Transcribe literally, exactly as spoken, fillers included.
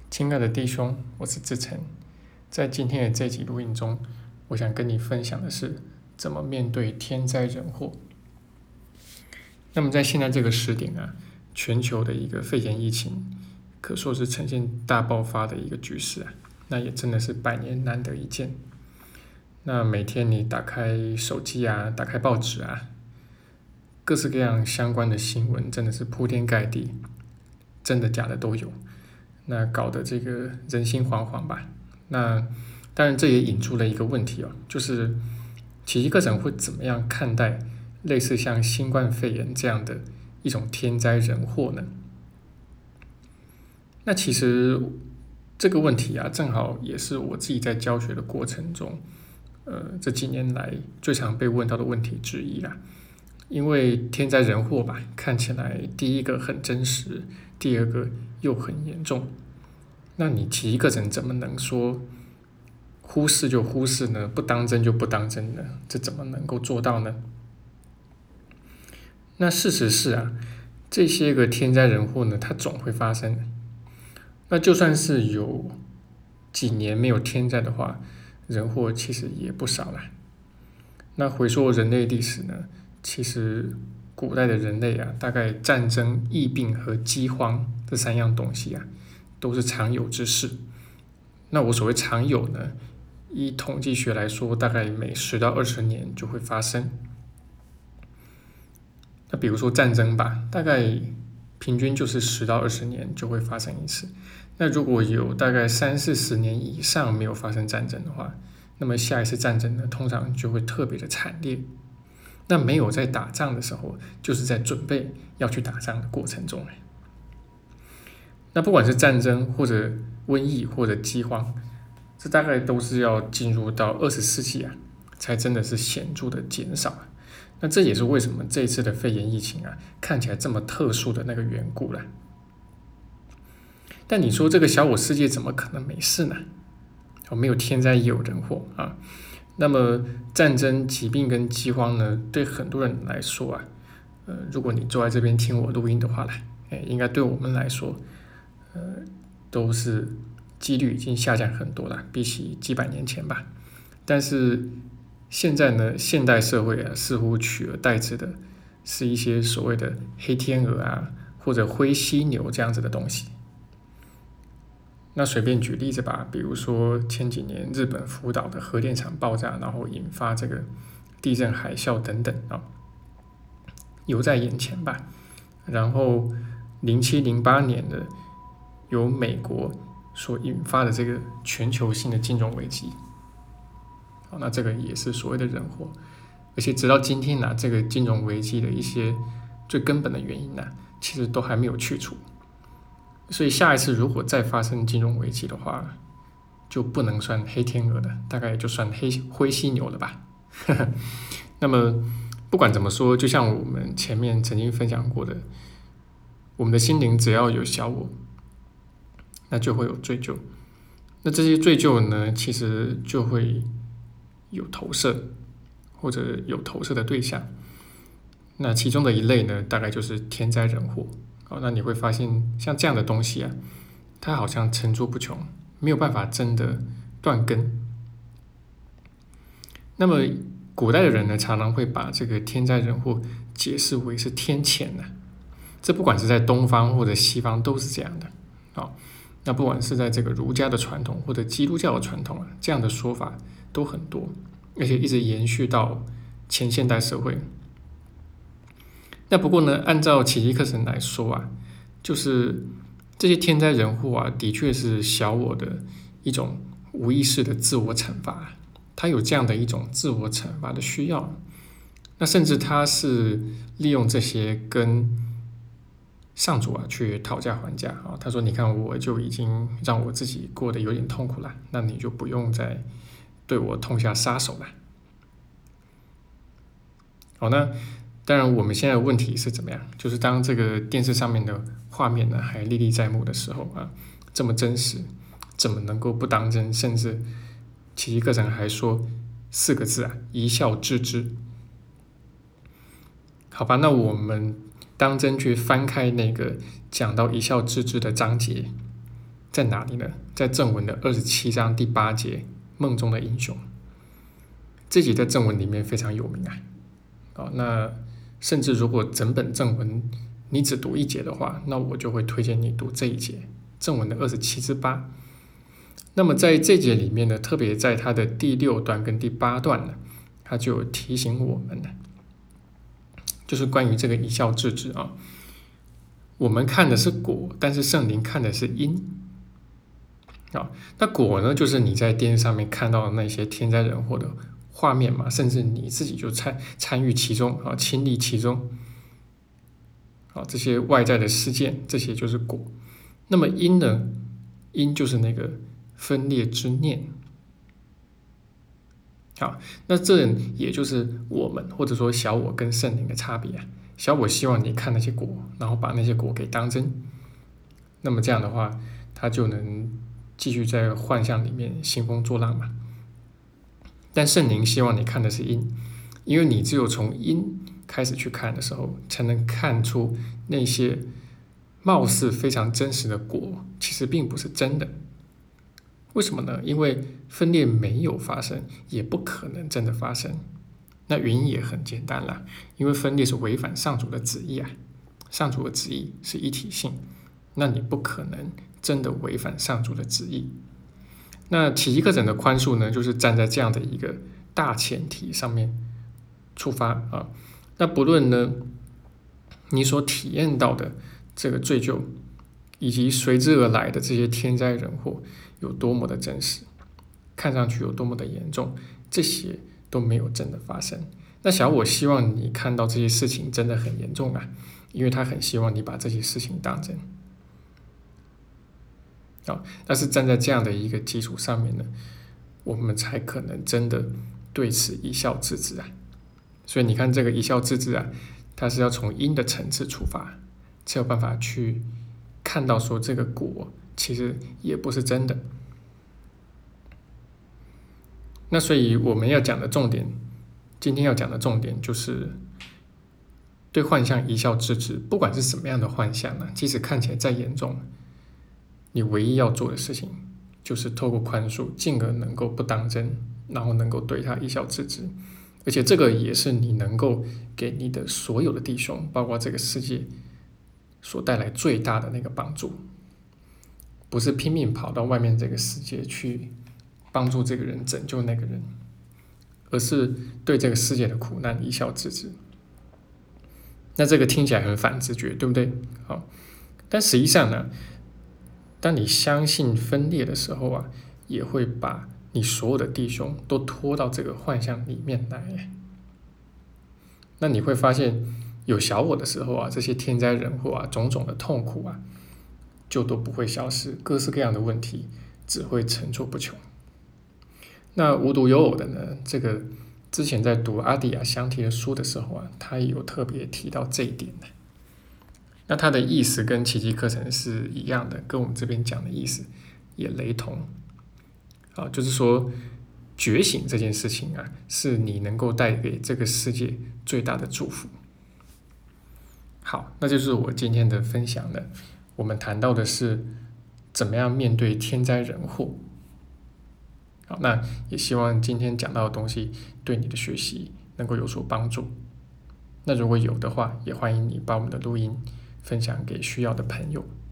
亲爱的弟兄，我是志成。在今天的这集录音中，我想跟你分享的是怎么面对天灾人祸。那么在现在这个时点啊，全球的一个肺炎疫情可说是呈现大爆发的一个局势啊，那也真的是百年难得一见。那每天你打开手机啊，打开报纸啊，各式各样相关的新闻真的是铺天盖地，真的假的都有。那搞得这个人心惶惶吧。那当然这也引出了一个问题哦，就是奇迹课程会怎么样看待类似像新冠肺炎这样的一种天灾人祸呢？那其实这个问题啊，正好也是我自己在教学的过程中，呃，这几年来最常被问到的问题之一啦。因为天灾人祸吧，看起来第一个很真实，第二个又很严重。那你奇迹课程怎么能说忽视就忽视呢？不当真就不当真呢？这怎么能够做到呢？那事实是啊，这些个天灾人祸呢，它总会发生。那就算是有几年没有天灾的话，人祸其实也不少啦。那回溯人类历史呢，其实古代的人类啊，大概战争、疫病和饥荒这三样东西啊，都是常有之事。那我所谓常有呢，以统计学来说，大概每十到二十年就会发生。那比如说战争吧，大概平均就是十到二十年就会发生一次。那如果有大概三四十年以上没有发生战争的话，那么下一次战争呢，通常就会特别的惨烈。那没有在打仗的时候，就是在准备要去打仗的过程中。那不管是战争或者瘟疫或者饥荒，这大概都是要进入到二十世纪啊，才真的是显著的减少。那这也是为什么这一次的肺炎疫情啊，看起来这么特殊的那个缘故啦。但你说这个小我世界怎么可能没事呢？哦，没有天灾也有人祸啊。那么战争、疾病跟饥荒呢，对很多人来说啊，呃，如果你坐在这边听我录音的话呢，哎，应该对我们来说，呃，都是几率已经下降很多了，比起几百年前吧。但是现在呢，现代社会啊，似乎取而代之的是一些所谓的黑天鹅啊，或者灰犀牛这样子的东西。那随便举例子吧，比如说前几年日本福岛的核电厂爆炸，然后引发这个地震、海啸等等啊，犹在眼前吧。然后零七零八年的由美国所引发的这个全球性的金融危机，好，那这个也是所谓的人祸。而且直到今天呢、啊，这个金融危机的一些最根本的原因呢、啊，其实都还没有去除。所以下一次如果再发生金融危机的话，就不能算黑天鹅了，大概就算黑灰犀牛了吧。那么不管怎么说，就像我们前面曾经分享过的，我们的心灵只要有小我，那就会有罪疚。那这些罪疚呢，其实就会有投射，或者有投射的对象。那其中的一类呢，大概就是天灾人祸。好，那你会发现像这样的东西啊，它好像层出不穷，没有办法真的断根。那么古代的人呢，常常会把这个天灾人祸解释为是天谴呢、啊，这不管是在东方或者西方都是这样的。好，那不管是在这个儒家的传统或者基督教的传统啊，这样的说法都很多，而且一直延续到前现代社会。那不过呢，按照奇迹课程来说啊，就是这些天灾人祸啊，的确是小我的一种无意识的自我惩罚，它有这样的一种自我惩罚的需要。那甚至它是利用这些跟上主啊去讨价还价啊。他说：“你看，我就已经让我自己过得有点痛苦了，那你就不用再对我痛下杀手了。”好，那当然，我们现在的问题是怎么样？就是当这个电视上面的画面呢还历历在目的时候啊，这么真实，怎么能够不当真？甚至奇迹课程还说四个字啊：一笑置之。好吧，那我们当真去翻开那个讲到一笑置之的章节， 在哪里呢？在正文的二十七章第八节，梦中的英雄。这节在正文里面非常有名啊。哦，那甚至如果整本正文你只读一节的话，那我就会推荐你读这一节，正文的二十七至八。那么在这节里面呢，特别在它的第六段跟第八段呢，它就有提醒我们呢，就是关于这个一笑置之啊。我们看的是果，但是圣灵看的是因啊。那果呢，就是你在电视上面看到的那些天灾人祸的画面嘛，甚至你自己就参参与其中啊，亲历其中啊，这些外在的事件，这些就是果。那么因呢，因就是那个分裂之念。好，那这也就是我们或者说小我跟圣灵的差别啊。小我希望你看那些果，然后把那些果给当真，那么这样的话，他就能继续在幻象里面兴风作浪嘛。但圣灵希望你看的是因，因为你只有从因开始去看的时候，才能看出那些貌似非常真实的果，其实并不是真的。为什么呢？因为分裂没有发生，也不可能真的发生。那原因也很简单啦，因为分裂是违反上主的旨意啊，上主的旨意是一体性，那你不可能真的违反上主的旨意。那奇迹课程的宽恕呢，就是站在这样的一个大前提上面出发啊。那不论呢你所体验到的这个罪疚，以及随之而来的这些天灾人祸有多么的真实，看上去有多么的严重，这些都没有真的发生。那小我希望你看到这些事情真的很严重啊，因为他很希望你把这些事情当真。好，但是站在这样的一个基础上面呢，我们才可能真的对此一笑置之啊。所以你看这个一笑置之啊，它是要从因的层次出发，才有办法去看到说这个果其实也不是真的。那所以我们要讲的重点，今天要讲的重点就是对幻象一笑置之，不管是什么样的幻象呢，即使看起来再严重，你唯一要做的事情就是透过宽恕，进而能够不当真，然后能够对他一笑置之。而且这个也是你能够给你的所有的弟兄，包括这个世界所带来最大的那个帮助，不是拼命跑到外面这个世界去帮助这个人，拯救那个人，而是对这个世界的苦难一笑置之。那这个听起来很反直觉，对不对？好，但实际上呢，当你相信分裂的时候啊，也会把你所有的弟兄都拖到这个幻象里面来。那你会发现，有小我的时候啊，这些天灾人祸啊，种种的痛苦啊，就都不会消失，各式各样的问题只会层出不穷。那无独有偶的呢，这个之前在读阿底亚香缇的书的时候啊，他也有特别提到这一点的。那他的意思跟奇迹课程是一样的，跟我们这边讲的意思也雷同。啊，就是说觉醒这件事情啊，是你能够带给这个世界最大的祝福。好，那就是我今天的分享了。我们谈到的是怎么样面对天灾人祸。好，那也希望今天讲到的东西对你的学习能够有所帮助。那如果有的话，也欢迎你把我们的录音分享给需要的朋友。